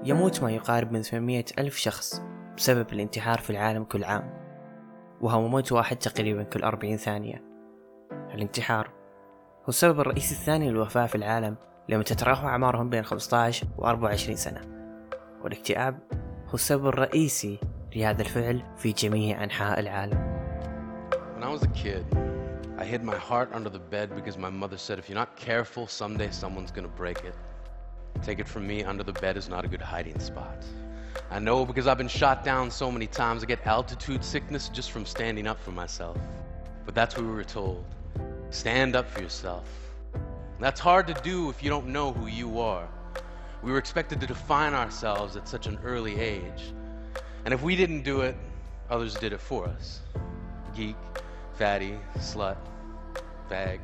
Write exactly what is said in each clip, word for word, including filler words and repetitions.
يموت ما يقارب من ثمانمائة ألف شخص بسبب الانتحار في العالم كل عام، وهو موت واحد تقريبا كل أربعين ثانية. الانتحار هو السبب الرئيسي الثاني للوفاة في العالم لما تتراوح أعمارهم بين خمسة عشر و أربعة وعشرين سنة، والاكتئاب هو السبب الرئيسي لهذا الفعل في جميع أنحاء العالم. When I was a kid, I hid my heart under the bed because my mother said if you're not careful, someday someone's gonna break it. Take it from me, under the bed is not a good hiding spot. I know because I've been shot down so many times, I get altitude sickness just from standing up for myself. But that's what we were told. Stand up for yourself. That's hard to do if you don't know who you are. We were expected to define ourselves at such an early age. And if we didn't do it, others did it for us. Geek, fatty, slut, fag.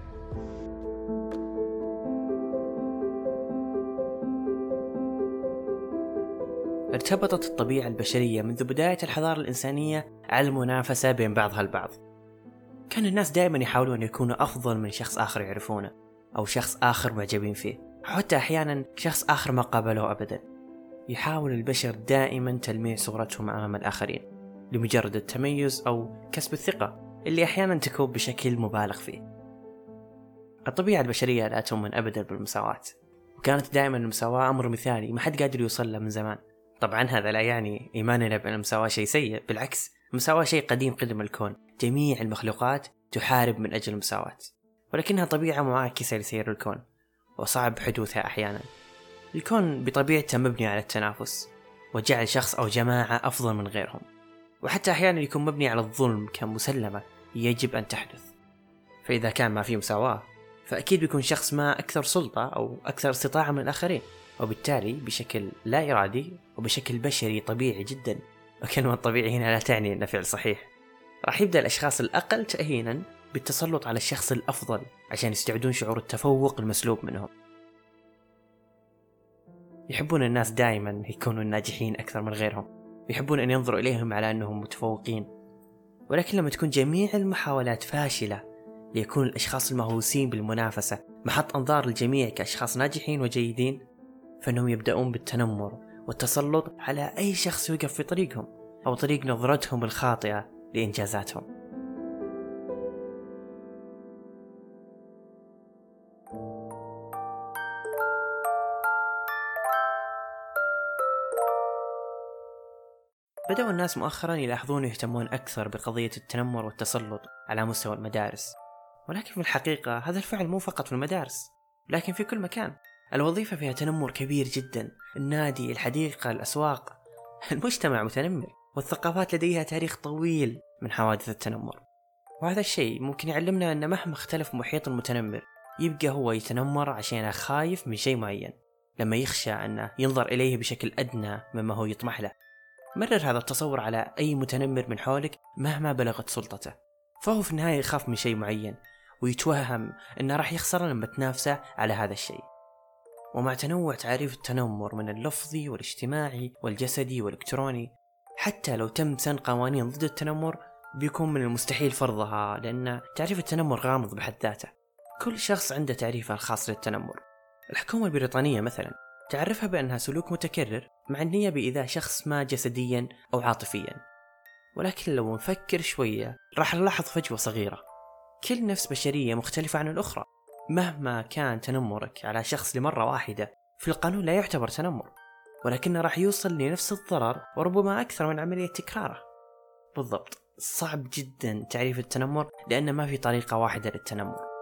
ارتبطت الطبيعة البشرية منذ بداية الحضارة الإنسانية على المنافسة بين بعضها البعض. كان الناس دائما يحاولون أن يكونوا أفضل من شخص آخر يعرفونه أو شخص آخر معجبين فيه، حتى أحيانا شخص آخر ما قابلوه أبدا. يحاول البشر دائما تلميع صورتهم أمام الآخرين لمجرد التميز أو كسب الثقة اللي أحيانا تكون بشكل مبالغ فيه. الطبيعة البشرية لا تؤمن أبدا بالمساواة، وكانت دائما المساواة أمر مثالي ما حد قادر يوصل له من زمان. طبعا هذا لا يعني إيماننا بأن المساواة شيء سيء، بالعكس المساواة شيء قديم قدم الكون. جميع المخلوقات تحارب من أجل المساواة، ولكنها طبيعة معاكسة لسير الكون وصعب حدوثها أحيانا. الكون بطبيعته مبني على التنافس وجعل شخص أو جماعة أفضل من غيرهم، وحتى أحيانا يكون مبني على الظلم كمسلمة يجب أن تحدث. فإذا كان ما في مساواة فأكيد بيكون شخص ما أكثر سلطة أو أكثر استطاعة من الآخرين، وبالتالي بشكل لا إرادي وبشكل بشري طبيعي جدا، وكلمة طبيعي هنا لا تعني أنه فعل صحيح، راح يبدأ الأشخاص الأقل تأهينا بالتسلط على الشخص الأفضل عشان يستعدون شعور التفوق المسلوب منهم. يحبون الناس دائما يكونوا الناجحين أكثر من غيرهم، يحبون أن ينظروا إليهم على أنهم متفوقين، ولكن لما تكون جميع المحاولات فاشلة ليكون الأشخاص المهووسين بالمنافسة محط أنظار الجميع كأشخاص ناجحين وجيدين، فإنهم يبدأون بالتنمر والتسلط على أي شخص يوقف في طريقهم أو طريق نظرتهم الخاطئة لإنجازاتهم. بدأوا الناس مؤخرا يلاحظون ويهتمون أكثر بقضية التنمر والتسلط على مستوى المدارس، ولكن في الحقيقة هذا الفعل مو فقط في المدارس لكن في كل مكان. الوظيفة فيها تنمر كبير جدا، النادي، الحديقة، الأسواق، المجتمع متنمر، والثقافات لديها تاريخ طويل من حوادث التنمر. وهذا الشيء ممكن يعلمنا أن مهما اختلف محيط المتنمر يبقى هو يتنمر عشان خايف من شيء معين، لما يخشى أنه ينظر إليه بشكل أدنى مما هو يطمح له. مرر هذا التصور على أي متنمر من حولك مهما بلغت سلطته، فهو في النهاية يخاف من شيء معين ويتوهم أنه راح يخسر لما تنافسه على هذا الشيء. ومع تنوع تعريف التنمر من اللفظي والاجتماعي والجسدي والإلكتروني، حتى لو تم سن قوانين ضد التنمر بيكون من المستحيل فرضها، لأن تعريف التنمر غامض بحد ذاته. كل شخص عنده تعريفه الخاص للتنمر. الحكومة البريطانية مثلا تعرفها بأنها سلوك متكرر مع النية بإيذاء شخص ما جسديا أو عاطفيا، ولكن لو نفكر شوية راح نلاحظ فجوة صغيرة. كل نفس بشرية مختلفة عن الأخرى. مهما كان تنمرك على شخص لمرة واحدة في القانون لا يعتبر تنمر، ولكنه راح يوصل لنفس الضرر وربما أكثر من عملية تكراره. بالضبط، صعب جدا تعريف التنمر لأن ما في طريقة واحدة للتنمر.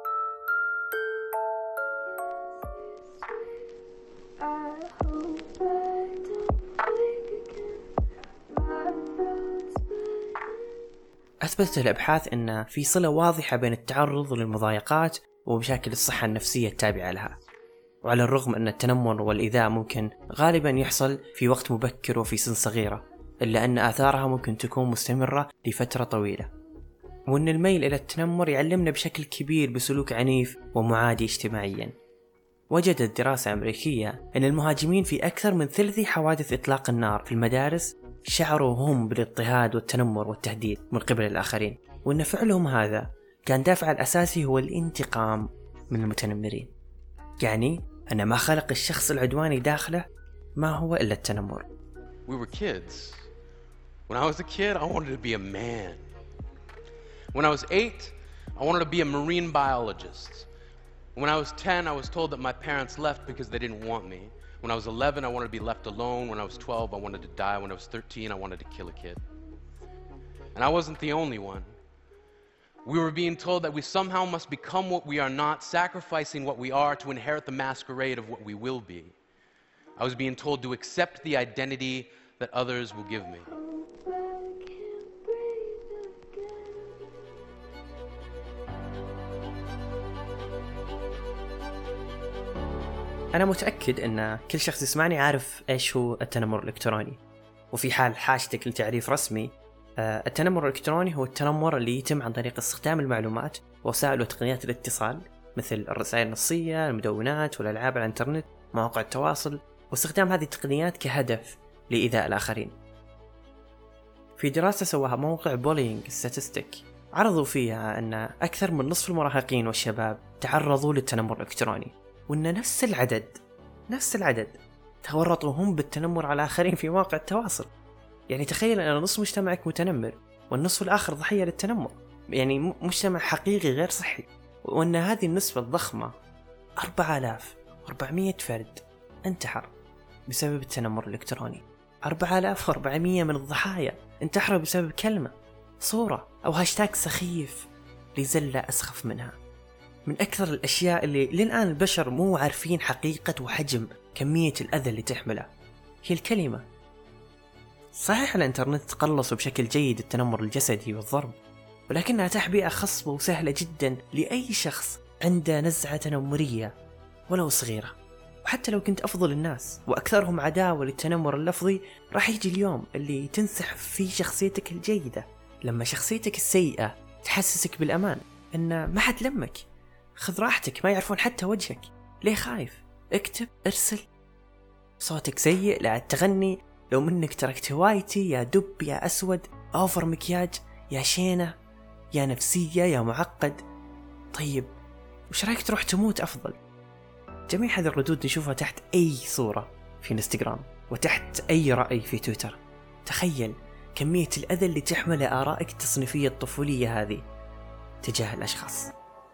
أثبتت الأبحاث أن في صلة واضحة بين التعرض للمضايقات ومشاكل الصحة النفسية التابعة لها. وعلى الرغم أن التنمر والإيذاء ممكن غالبا يحصل في وقت مبكر وفي سن صغيرة، إلا أن آثارها ممكن تكون مستمرة لفترة طويلة. وأن الميل إلى التنمر يعلمنا بشكل كبير بسلوك عنيف ومعادي اجتماعيا. وجدت دراسة أمريكية أن المهاجمين في أكثر من ثلث حوادث إطلاق النار في المدارس شعروا هم بالاضطهاد والتنمر والتهديد من قبل الآخرين، وأن فعلهم هذا كان دافع الأساسي هو الانتقام من المتنمرين. يعني أن ما خلق الشخص العدواني داخله ما هو إلا التنمر. We were kids. When I was a kid, I wanted to be a man. When I was eight, I wanted to be a marine biologist. When I was ten, I was told that my parents left because they didn't want me. When I was eleven, I wanted to be left alone. When I was twelve, I wanted to die. When I was thirteen, I wanted to kill a kid. And I wasn't the only one. We were being told that we somehow must become what we are not, sacrificing what we are to inherit the masquerade of what we will be. I was being told to accept the identity that others will give me. أنا متأكد أن كل شخص يسمعني عارف إيش هو التنمر الإلكتروني، وفي حال حاجتك لتعريف رسمي، التنمر الإلكتروني هو التنمر اللي يتم عن طريق استخدام المعلومات ووسائل وتقنيات الاتصال مثل الرسائل النصية، المدونات والألعاب على الإنترنت، مواقع التواصل، واستخدام هذه التقنيات كهدف لإيذاء الآخرين. في دراسة سواها موقع بولينج ستاتستيك عرضوا فيها أن أكثر من نصف المراهقين والشباب تعرضوا للتنمر الإلكتروني، وأن نفس العدد نفس العدد تورطوا هم بالتنمر على الآخرين في مواقع التواصل. يعني تخيل أن نصف مجتمعك متنمر والنصف الآخر ضحية للتنمر، يعني مجتمع حقيقي غير صحي. وأن هذه النسبة الضخمة أربعة آلاف وأربعمية فرد انتحر بسبب التنمر الإلكتروني. أربعة آلاف وأربعمية من الضحايا انتحروا بسبب كلمة، صورة أو هاشتاج سخيف لزلة أسخف منها. من أكثر الأشياء اللي للآن البشر مو عارفين حقيقة وحجم كمية الأذى اللي تحمله هي الكلمة. صحيح الإنترنت تقلص بشكل جيد التنمر الجسدي والضرب، ولكنها تحبئة خصبة وسهلة جدا لأي شخص عنده نزعة تنمرية ولو صغيرة. وحتى لو كنت أفضل الناس وأكثرهم عداوة للتنمر اللفظي، راح يجي اليوم اللي تنسحب فيه شخصيتك الجيدة، لما شخصيتك السيئة تحسسك بالأمان، إن ما حد لمك، خذ راحتك، ما يعرفون حتى وجهك، ليه خايف؟ اكتب، ارسل. صوتك سيء، لا تغني، لو منك تركت هوايتي، يا دب يا أسود، أوفر مكياج، يا شينة، يا نفسية، يا معقد. طيب وش رايك تروح تموت أفضل؟ جميع هذه الردود نشوفها تحت أي صورة في انستغرام وتحت أي رأي في تويتر. تخيل كمية الأذى اللي تحمل آرائك التصنيفية الطفولية هذه تجاه الأشخاص.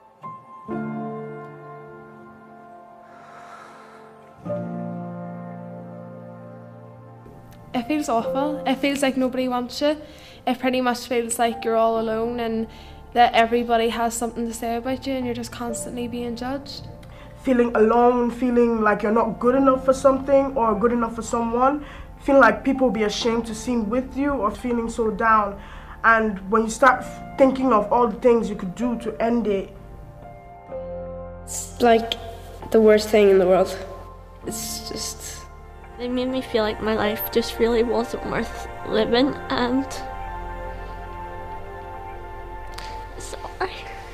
It feels awful. It feels like nobody wants you. It pretty much feels like you're all alone and that everybody has something to say about you and you're just constantly being judged. Feeling alone, feeling like you're not good enough for something or good enough for someone, feeling like people will be ashamed to seem with you, or feeling so down. And when you start thinking of all the things you could do to end it, it's like the worst thing in the world. It's just... It made me feel like my life just really wasn't worth living, and sorry.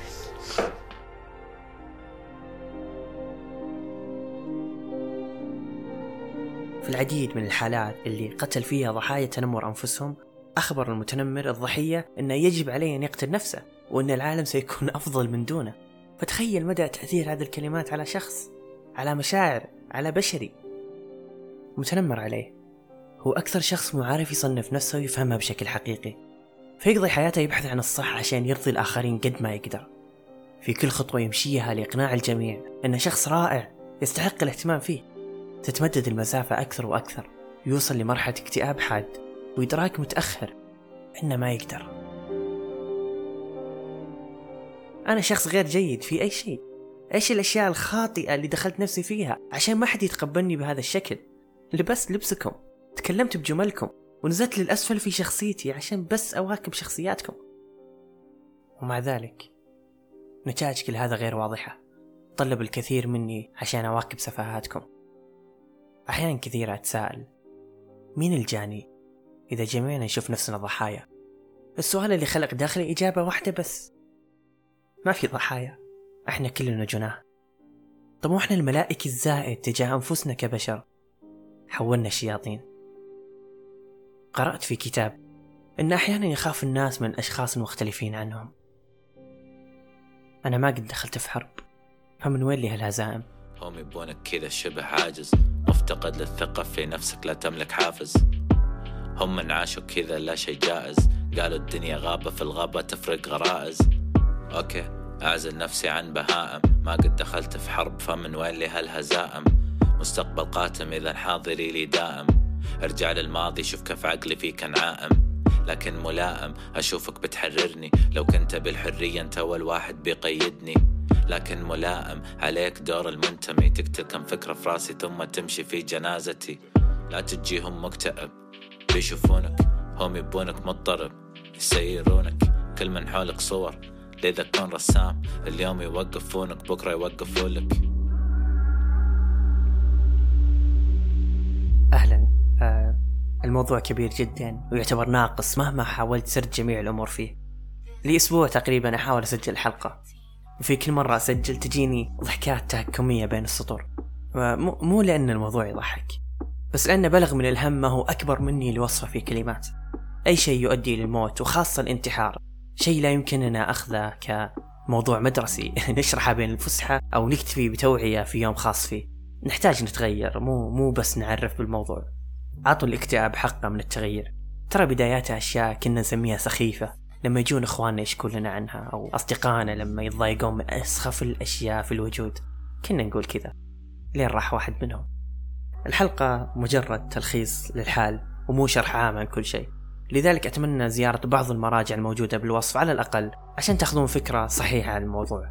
في العديد من الحالات اللي قتل فيها ضحايا تنمر أنفسهم، أخبر المتنمر الضحية أنه يجب عليه أن يقتل نفسه وأن العالم سيكون أفضل من دونه. فتخيل مدى تأثير هذه الكلمات على شخص، على مشاعر، على بشري. متنمر عليه هو أكثر شخص معارف يصنف نفسه ويفهمها بشكل حقيقي، فيقضي حياته يبحث عن الصح عشان يرضي الآخرين قد ما يقدر. في كل خطوة يمشيها لإقناع الجميع أنه شخص رائع يستحق الاهتمام فيه، تتمدد المسافة أكثر وأكثر، يوصل لمرحلة اكتئاب حاد وإدراك متأخر إنه ما يقدر. أنا شخص غير جيد في أي شيء. إيش الأشياء الخاطئة اللي دخلت نفسي فيها عشان ما حد يتقبلني بهذا الشكل؟ لبست لبسكم، تكلمت بجملكم، ونزلت للأسفل في شخصيتي عشان بس أواكب شخصياتكم. ومع ذلك نتائج كل هذا غير واضحة، طلب الكثير مني عشان أواكب سفاهاتكم. أحيانا كثيرة أتساءل مين الجاني إذا جميعنا نشوف نفسنا ضحايا؟ السؤال اللي خلق داخلي إجابة واحدة بس: ما في ضحايا، احنا كلنا جناه. طموحنا الملائكي الزائد تجاه أنفسنا كبشر حولنا الشياطين. قرأت في كتاب إن أحيانا يخاف الناس من أشخاص مختلفين عنهم. أنا ما قد دخلت في حرب، فمن وين لي هالهزائم؟ هم يبونك كذا شبه عاجز، مفتقد للثقة في نفسك لا تملك حافز. هم من عاشوا كذا لا شيء جائز، قالوا الدنيا غابة في الغابة تفرق غرائز. أوكي أعزل نفسي عن بهائم، ما قد دخلت في حرب فمن وين لي هالهزائم. مستقبل قاتم إذا حاضري لي دائم، ارجع للماضي شوف كيف عقلي فيه كان عائم. لكن ملائم أشوفك بتحررني، لو كنت بالحرية انت أول واحد بيقيدني. لكن ملائم عليك دور المنتمي، تقتل كم فكرة في راسي ثم تمشي في جنازتي. لا تجيهم مكتئب بيشوفونك، هم يبونك مضطرب يسيرونك. كل من حولك صور لذا كون رسام، اليوم يوقفونك بكرة يوقفولك. أهلا. آه الموضوع كبير جدا ويعتبر ناقص مهما حاولت سرد جميع الأمور فيه. لي أسبوع تقريبا أحاول أسجل حلقة، وفي كل مرة أسجل تجيني ضحكات تهكمية بين السطور. مو, مو لأن الموضوع يضحك، بس لأنه بلغ من الهم ما هو أكبر مني لوصفه في كلمات. أي شيء يؤدي للموت وخاصة الانتحار شيء لا يمكننا أخذه كموضوع مدرسي نشرحه بين الفسحة أو نكتفي بتوعية في يوم خاص فيه. نحتاج نتغير، مو مو بس نعرف بالموضوع. عطوا الاكتئاب حقه من التغيير. ترى بداياتها أشياء كنا نسميها سخيفة لما يجون إخواننا يشكون لنا عنها، أو أصدقائنا لما يتضايقون من أسخف الأشياء في الوجود كنا نقول كذا، لين راح واحد منهم. الحلقة مجرد تلخيص للحال ومو شرح عام عن كل شيء، لذلك أتمنى زيارة بعض المراجع الموجودة بالوصف على الأقل عشان تأخذون فكرة صحيحة عن الموضوع.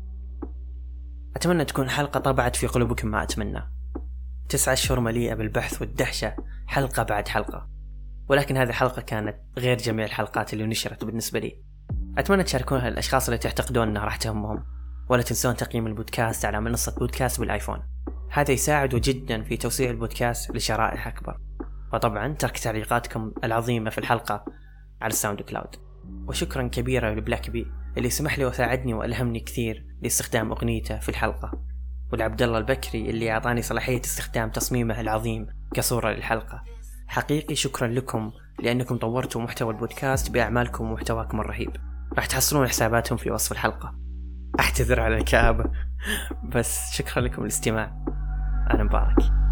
أتمنى تكون حلقة طبعت في قلوبكم ما أتمنى. تسعة أشهر مليئة بالبحث والدهشة حلقة بعد حلقة، ولكن هذه الحلقة كانت غير جميع الحلقات اللي نشرت بالنسبة لي. أتمنى تشاركونها للأشخاص اللي تعتقدون أنها راح تهمهم، ولا تنسون تقييم البودكاست على منصة بودكاست بالآيفون، هذا يساعد جدا في توسيع البودكاست لشرائح أكبر. وطبعا ترك تعليقاتكم العظيمة في الحلقة على الساوند كلاود. وشكرا كبيرا لبلاك بي اللي سمح لي وساعدني وألهمني كثير لاستخدام أغنيته في الحلقة، والعبد الله البكري اللي أعطاني صلاحية استخدام تصميمه العظيم كصورة للحلقة. حقيقي شكرا لكم لأنكم طورتوا محتوى البودكاست بأعمالكم ومحتواكم الرهيب. راح تحصلون حساباتهم في وصف الحلقة. أعتذر على الكآبة بس شكرا لكم الاستماع. أنا مبارك.